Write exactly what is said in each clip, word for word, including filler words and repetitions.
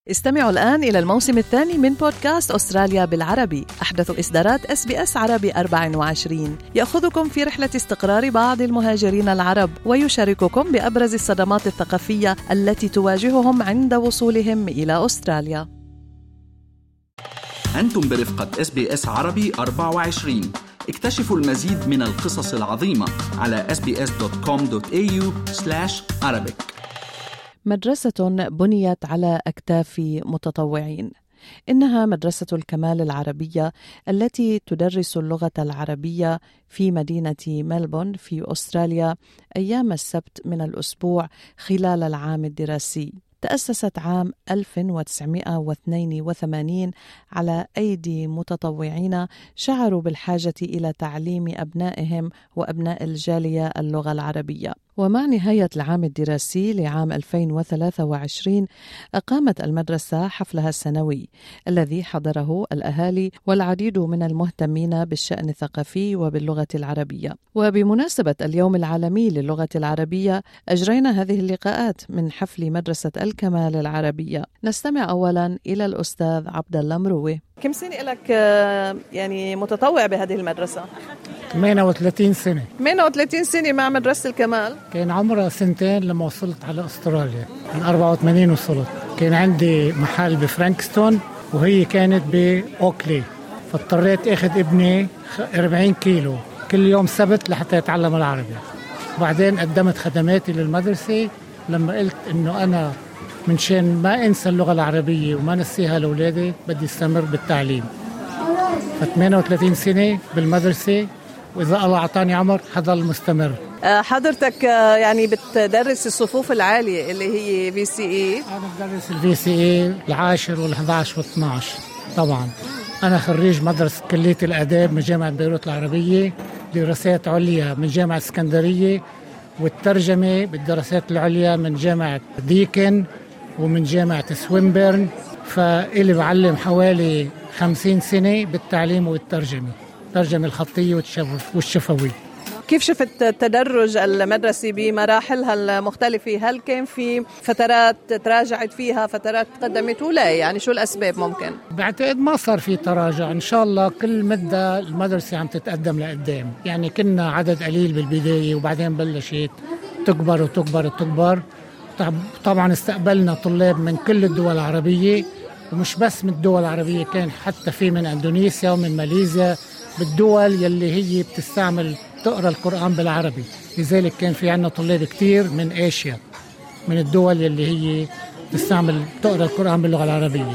استمعوا الآن إلى الموسم الثاني من بودكاست أستراليا بالعربي، أحدث إصدارات إس بي إس عربي أربعة وعشرين، يأخذكم في رحلة استقرار بعض المهاجرين العرب ويشارككم بأبرز الصدمات الثقافية التي تواجههم عند وصولهم إلى أستراليا. أنتم برفقة إس بي إس عربي أربعة وعشرين. اكتشفوا المزيد من القصص العظيمة على إس بي إس دوت كوم دوت إيه يو سلاش عربيك. مدرسة بنيت على أكتاف متطوعين. إنها مدرسة الكمال العربية التي تدرس اللغة العربية في مدينة ملبورن في أستراليا أيام السبت من الأسبوع خلال العام الدراسي. تأسست عام ألف وتسعمائة واثنين وثمانين على أيدي متطوعين شعروا بالحاجة إلى تعليم أبنائهم وأبناء الجالية اللغة العربية. ومع نهاية العام الدراسي لعام ألفين وثلاثة وعشرين أقامت المدرسة حفلها السنوي الذي حضره الأهالي والعديد من المهتمين بالشأن الثقافي وباللغة العربية. وبمناسبة اليوم العالمي للغة العربية أجرينا هذه اللقاءات من حفل مدرسة الكمال العربية. نستمع أولا إلى الأستاذ عبد الله مروي. كم سنة لك يعني متطوع بهذه المدرسة؟ ثمانية وثلاثين سنة. ثمانية وثلاثين سنة مع مدرسة الكمال. كان عمرها سنتين لما وصلت على أستراليا، من أربعة وثمانين وصلت. كان عندي محل بفرانكستون وهي كانت بأوكلي، فاضطريت أخذ ابني أربعين كيلو كل يوم سبت لحتى يتعلم العربي. وبعدين قدمت خدماتي للمدرسة لما قلت إنه أنا من شان ما أنسى اللغة العربية وما نسيها لأولادي بدي استمر بالتعليم. ف8 وثلاثين سنة بالمدرسة، وإذا الله أعطاني عمر حضل مستمر. حضرتك يعني بتدرس الصفوف العالية اللي هي في سي اي؟ أنا بدرس الفي سي اي العاشر والحداعش واثناعش. طبعا أنا خريج مدرسة كلية الآداب من جامعة بيروت العربية، دراسات عليا من جامعة اسكندرية، والترجمة بالدراسات العليا من جامعة ديكن ومن جامعة سوينبيرن. فإلي بعلم حوالي خمسين سنة بالتعليم والترجمة، الترجمة الخطية والشفوي. كيف شفت التدرج المدرسي بمراحلها المختلفة؟ هل كان في فترات تراجعت فيها، فترات تقدمت ولا يعني شو الأسباب ممكن؟ بعتقد ما صار في تراجع، إن شاء الله كل مدة المدرسة عم تتقدم لقدام. يعني كنا عدد قليل بالبداية وبعدين بلشت تكبر وتكبر وتكبر. طبعا استقبلنا طلاب من كل الدول العربية، ومش بس من الدول العربية، كان حتى في من اندونيسيا ومن ماليزيا، بالدول يلي هي بتستعمل تقرأ القرآن بالعربي. لذلك كان في عنا طلاب كتير من آسيا، من الدول يلي هي تستعمل تقرأ القرآن باللغة العربية،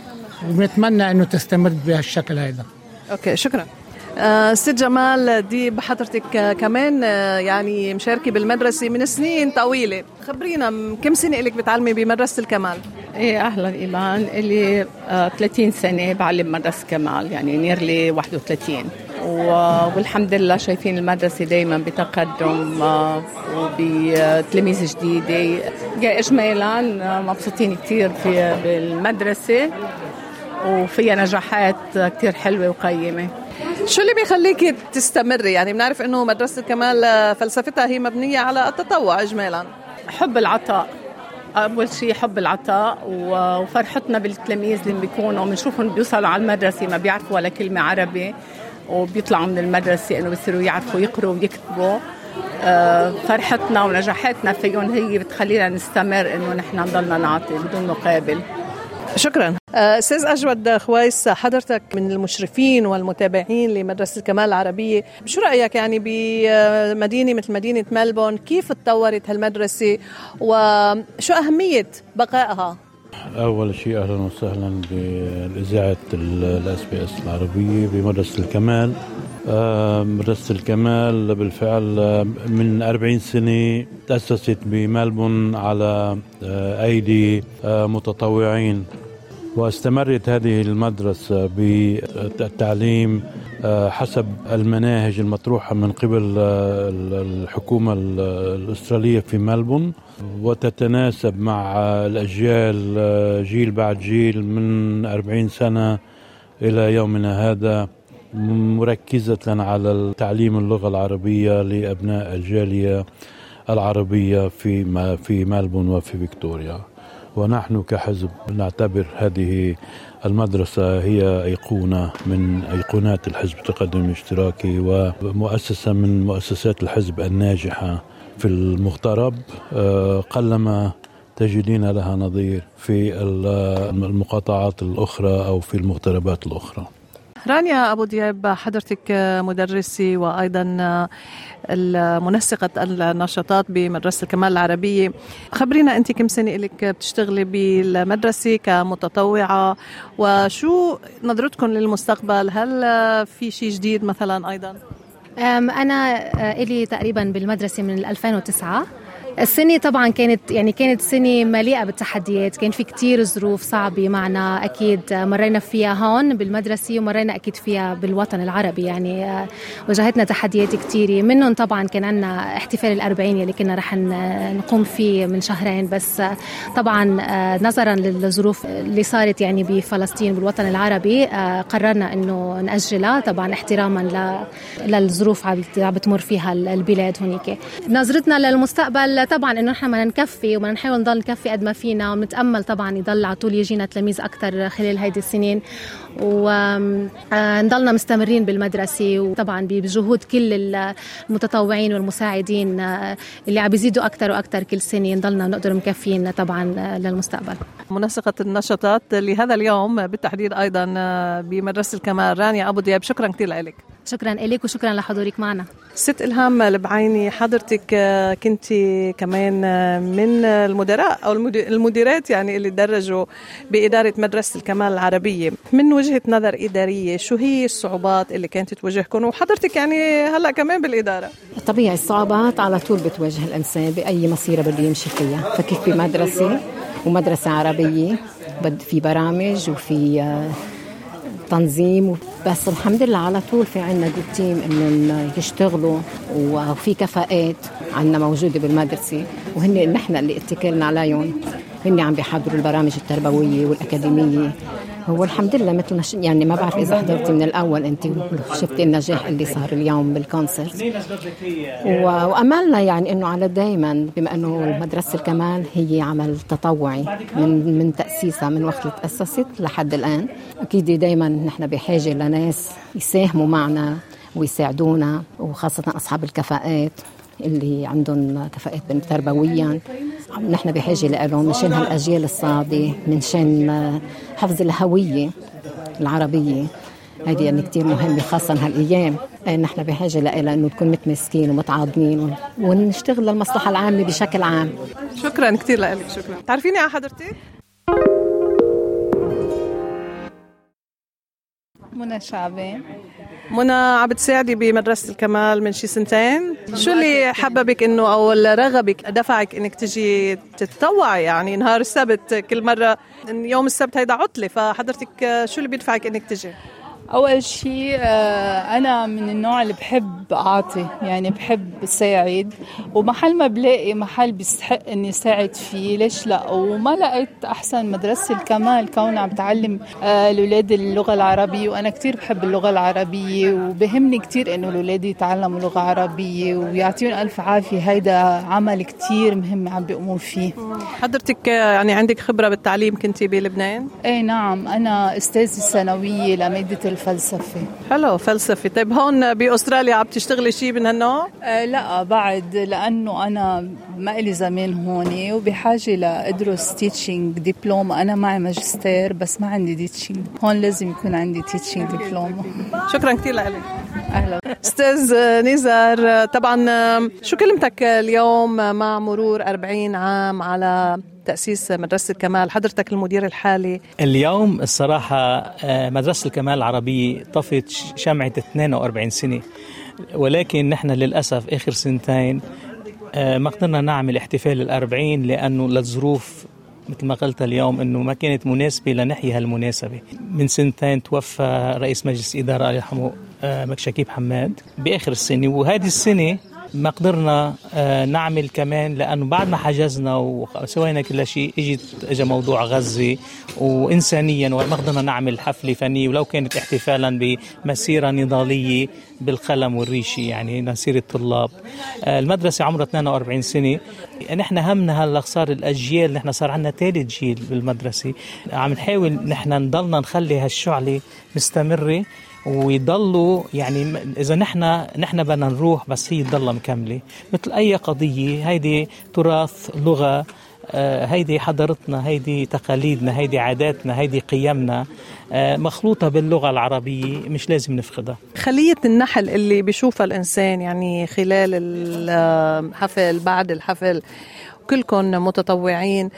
ونتمنى أنه تستمر بهالشكل هذا. أوكي، شكرا. آه سيد جمال ديب، حضرتك كمان آه يعني مشاركة بالمدرسة من سنين طويلة، خبرينا كم سنة إلك بتعلمي بمدرسة الكمال؟ إيه أهلا إيمان، إلي آه ثلاثين سنة بعلم مدرسة كمال، يعني نيرلي واحد وثلاثين، والحمد لله شايفين المدرسة دايما بتقدم آه وبتلاميذ جديدة. إجمالا آه مبسوطين كتير في بالمدرسة وفيها نجاحات كتير حلوة وقيمة. شو اللي بيخليك تستمري؟ يعني بنعرف إنه مدرسة الكمال فلسفتها هي مبنية على التطوع إجمالا. حب العطاء أول شيء، حب العطاء وفرحتنا بالتلاميذ اللي بيكونوا بنشوفهم بيوصلوا على المدرسة ما بيعرفوا ولا كلمة عربي، وبيطلعوا من المدرسة إنه بيصيروا يعرفوا يقروا ويكتبوا. فرحتنا ونجاحاتنا فيهم هي بتخلينا نستمر إنه نحن نضلنا نعطي بدون مقابل. شكرا. أستاذ أجود خويس، حضرتك من المشرفين والمتابعين لمدرسة الكمال العربية، شو رأيك يعني بمدينة مثل مدينة ملبورن كيف تطورت هالمدرسة وشو أهمية بقائها؟ أول شيء أهلا وسهلا بإذاعة الإس بي إس العربية بمدرسة الكمال. مدرسة الكمال بالفعل من أربعين سنة تأسست بملبورن على أيدي متطوعين، واستمرت هذه المدرسة بالتعليم حسب المناهج المطروحة من قبل الحكومة الأسترالية في ملبورن، وتتناسب مع الأجيال جيل بعد جيل من أربعين سنة إلى يومنا هذا، مركزة على تعليم اللغة العربية لأبناء الجالية العربية في في ملبورن وفي فيكتوريا. ونحن كحزب نعتبر هذه المدرسة هي أيقونة من أيقونات الحزب التقدم الاشتراكي ومؤسسة من مؤسسات الحزب الناجحة في المغترب، قلما تجدين لها نظير في المقاطعات الأخرى أو في المغتربات الأخرى. رانيا أبو دياب، حضرتك مدرسة وأيضا منسقة النشاطات بمدرسة الكمال العربية، خبرينا أنت كم سنة لك بتشتغلي بالمدرسة كمتطوعة، وشو نظرتكم للمستقبل؟ هل في شيء جديد مثلا؟ أيضا أنا إلي تقريبا بالمدرسة من ألفين وتسعة. السنة طبعا كانت يعني كانت سنة مليئة بالتحديات، كان في كتير ظروف صعبة معنا، أكيد مرينا فيها هون بالمدرسة ومرينا أكيد فيها بالوطن العربي، يعني واجهتنا تحديات كتيرة، منهم طبعا كان عنا احتفال الأربعين اللي كنا رح نقوم فيه من شهرين، بس طبعا نظرا للظروف اللي صارت يعني بفلسطين بالوطن العربي قررنا إنه نأجلها، طبعا احتراما للظروف عم بتمر فيها البلاد هونيك. نظرتنا للمستقبل طبعا انه نحن بدنا نكفي وبدنا نحاول نضل نكفي قد ما فينا، ونتامل طبعا يضل على طول يجينا تلاميذ اكثر خلال هيدي السنين، ونضلنا مستمرين بالمدرسه، وطبعا بجهود كل المتطوعين والمساعدين اللي عم بيزيدوا اكثر واكثر كل سنه، نضلنا نقدر مكفيين طبعا للمستقبل. منسقة النشاطات لهذا اليوم بالتحديد ايضا بمدرسة الكمال، رانيا ابو دياب، شكرا كثير لك. شكرا لك وشكرا لحضورك معنا. ست إلهام البعيني، حضرتك كنت كمان من المدراء أو المديرات يعني اللي درجوا بإدارة مدرسة الكمال العربية، من وجهة نظر إدارية شو هي الصعوبات اللي كانت تواجهكم؟ وحضرتك يعني هلأ كمان بالإدارة. طبيعي الصعوبات على طول بتواجه الإنسان بأي مسيرة بده يمشي فيها، فكيف بمدرسة ومدرسة عربية بد في برامج وفي تنظيم، بس الحمد لله على طول في عنا جود تيم انه يشتغلوا، وفي كفاءات عنا موجودة بالمدرسة، وهن نحن اللي اتكلنا عليهم، هن عم بيحضروا البرامج التربوية والأكاديمية. هو الحمد لله مثل يعني ما بعرف إذا حضرتي من الأول أنت شفتي النجاح اللي صار اليوم بالكونسرت، وأملنا يعني إنه على دايما، بما إنه مدرسة الكمال هي عمل تطوعي من من تأسيسها من وقت اللي تأسست لحد الآن، أكيد دايما نحن بحاجة لناس يساهموا معنا ويساعدونا، وخاصة أصحاب الكفاءات اللي عندهم كفاءات تربويا، نحن بحاجة لهم مشان هالأجيال الصاعدة، منشان حفظ الهوية العربية، هذه يعني كتير مهمة خاصة هالأيام، نحن بحاجة لها إنه نكون متمسكين ومتعاضدين ونشتغل للمصلحة العامة بشكل عام. شكرا كتير لك. شكرا. تعرفيني على حضرتك؟ منى شعبان. منى، عم بتساعدي بمدرسة الكمال من شي سنتين، شو اللي حببك انه او رغبك دفعك انك تجي تتطوعي يعني نهار السبت؟ كل مرة يوم السبت هيدا عطلة، فحضرتك شو اللي بيدفعك انك تجي؟ أول شيء أنا من النوع اللي بحب أعطي، يعني بحب ساعد، ومحل ما بلاقي محل بيستحق إني ساعد فيه ليش لا. وما لقيت أحسن مدرسة الكمال كونها عم تعلم الأولاد اللغة العربية، وأنا كتير بحب اللغة العربية وبهمني كتير إنه الأولاد يتعلموا لغة عربية ويعطيهم ألف عافية. هيدا عمل كتير مهم عم بيقوموا فيه. حضرتك يعني عندك خبرة بالتعليم، كنتي بلبنان؟ إيه نعم، أنا أستاذة الثانوية لمادة الفلسفة. حلو، فلسفة. طيب هون بأستراليا عم تشتغلي شيء من هالنوع؟ أه لا بعد، لأنه أنا ما إلي زمان هون وبحاجة لأدرس تيتشينج دبلوم. أنا معي ماجستير بس ما عندي تيتشينج، هون لازم يكون عندي تيتشينج دبلوم. شكرا كتير لك. أهلا. أستاذ نزار، طبعا شو كلمتك اليوم مع مرور أربعين عام على تأسيس مدرسة الكمال؟ حضرتك المدير الحالي. اليوم الصراحة مدرسة الكمال العربية طفت شمعة اثنين وأربعين سنة، ولكن نحن للأسف آخر سنتين ما قدرنا نعمل احتفال الأربعين لأنه للظروف مثل ما قلت اليوم أنه ما كانت مناسبة لنحيي هالمناسبة. من سنتين توفى رئيس مجلس إدارة الله يرحمه شكيب حماد بآخر السنة، وهذه السنة ما قدرنا نعمل كمان، لأنه بعد ما حجزنا وسوينا كل شيء اجت اجى موضوع غزة وإنسانيا وما قدرنا نعمل حفلة فنية ولو كانت احتفالا بمسيرة نضالية بالقلم والريشة، يعني مسيرة الطلاب. المدرسة عمرها اثنين وأربعين سنة، نحن همنا هلا صار الأجيال، نحن صار عندنا ثالث جيل بالمدرسة، عم نحاول نحن نضلنا نخلي هالشعلة مستمرة ويضلوا، يعني إذا نحن نحن بدنا نروح بس هي تضلها مكملة مثل أي قضية. هيدي تراث، لغة، هيدي حضارتنا، هيدي تقاليدنا، هيدي عاداتنا، هيدي قيمنا مخلوطة باللغة العربية، مش لازم نفقدها. خلية النحل اللي بيشوفها الإنسان يعني خلال الحفل بعد الحفل كلكم متطوعين،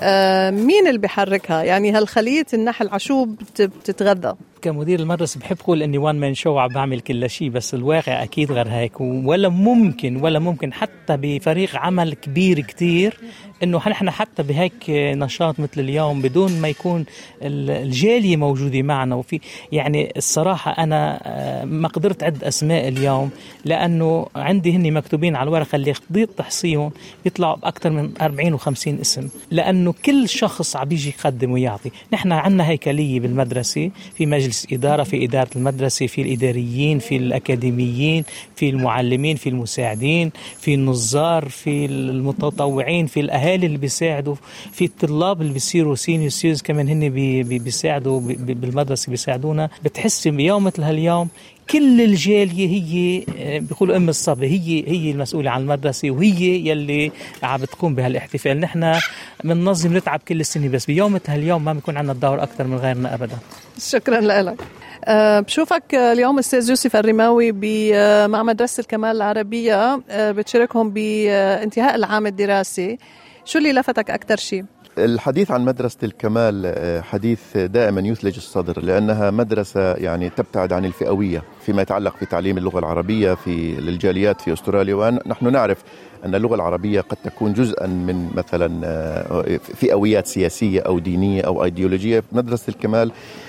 مين اللي بيحركها؟ يعني هالخلية النحل عشو بتتغذى؟ كمدير المدرسة بحب قول اني وان مان شو عم بعمل كل شيء، بس الواقع اكيد غير هيك، ولا ممكن ولا ممكن حتى بفريق عمل كبير كتير انه نحن حتى بهيك نشاط مثل اليوم بدون ما يكون الجالية موجودة معنا. وفي يعني الصراحة انا ما قدرت عد اسماء اليوم لانه عندي هني مكتوبين على الورقة اللي قدرت تحصيهم يطلعوا باكثر من أربعين وخمسين اسم، لانه كل شخص عم بيجي يقدم ويعطي. نحن عندنا هيكلية بالمدرسة، في مجلس إدارة، في إدارة المدرسة، في الإداريين، في الأكاديميين، في المعلمين، في المساعدين، في النظار، في المتطوعين، في الأهالي اللي بيساعدوا، في الطلاب اللي بيصيروا سينيور سيرز كمان هن بي بي بيساعدوا بالمدرسة، بيساعدونا. بتحس بيوم مثل هاليوم كل الجالية هي بيقولوا أم الصبي، هي هي المسؤولة عن المدرسة وهي يلي عم بتقوم بهالاحتفال. نحن بننظم نتعب كل السنة، بس بيوم مثل هاليوم ما بيكون عندنا الدور أكتر من غيرنا أبدا. شكرا لك. أه بشوفك اليوم أستاذ يوسف الرماوي مع مدرسة الكمال العربية، أه بتشاركهم بانتهاء العام الدراسي، شو اللي لفتك أكتر شيء؟ الحديث عن مدرسة الكمال حديث دائما يثلج الصدر، لأنها مدرسة يعني تبتعد عن الفئوية فيما يتعلق في تعليم اللغة العربية في للجاليات في أستراليا. ونحن نعرف أن اللغة العربية قد تكون جزءا من مثلا فئويات سياسية أو دينية أو أيديولوجية. مدرسة الكمال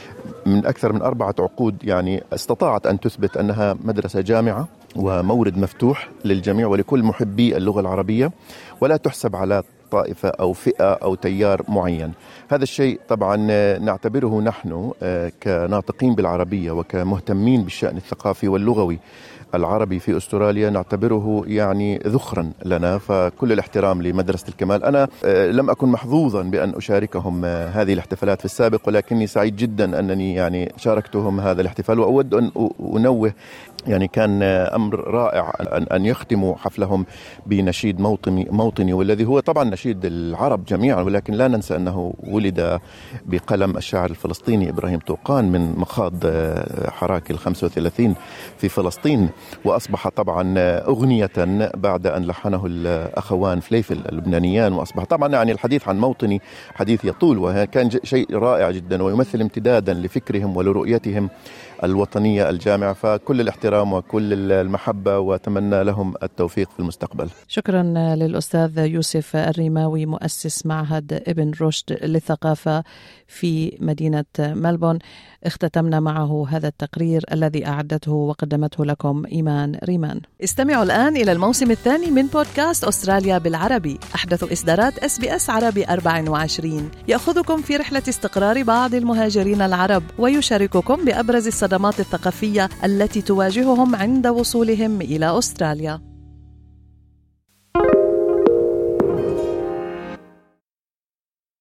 من أكثر من أربعة عقود يعني استطاعت أن تثبت أنها مدرسة جامعة ومورد مفتوح للجميع ولكل محبي اللغة العربية، ولا تحسب على طائفة أو فئة أو تيار معين. هذا الشيء طبعا نعتبره نحن كناطقين بالعربية وكمهتمين بالشأن الثقافي واللغوي العربي في أستراليا نعتبره يعني ذخرا لنا، فكل الاحترام لمدرسة الكمال. أنا لم أكن محظوظا بأن أشاركهم هذه الاحتفالات في السابق، ولكني سعيد جدا أنني يعني شاركتهم هذا الاحتفال، وأود أن أنوه يعني كان أمر رائع أن يختموا حفلهم بنشيد موطني موطني والذي هو طبعا نشيد العرب جميعا، ولكن لا ننسى أنه ولد بقلم الشاعر الفلسطيني إبراهيم طوقان من مخاض حراك الخمسة وثلاثين في فلسطين، وأصبح طبعا أغنية بعد أن لحنه الأخوان فليفل اللبنانيان، وأصبح طبعا يعني الحديث عن موطني حديث يطول، وكان شيء رائع جدا ويمثل امتدادا لفكرهم ولرؤيتهم الوطنية الجامعة. فكل الاحترام وكل المحبة وأتمنى لهم التوفيق في المستقبل. شكرا للأستاذ يوسف الرماوي مؤسس معهد ابن رشد للثقافة في مدينة ملبون. اختتمنا معه هذا التقرير الذي أعدته وقدمته لكم إيمان ريمان. استمعوا الآن إلى الموسم الثاني من بودكاست أستراليا بالعربي، أحدث إصدارات إس بي إس عربي أربعة وعشرين، يأخذكم في رحلة استقرار بعض المهاجرين العرب ويشارككم بأبرز الصدمات الثقافية التي تواجههم عند وصولهم إلى أستراليا.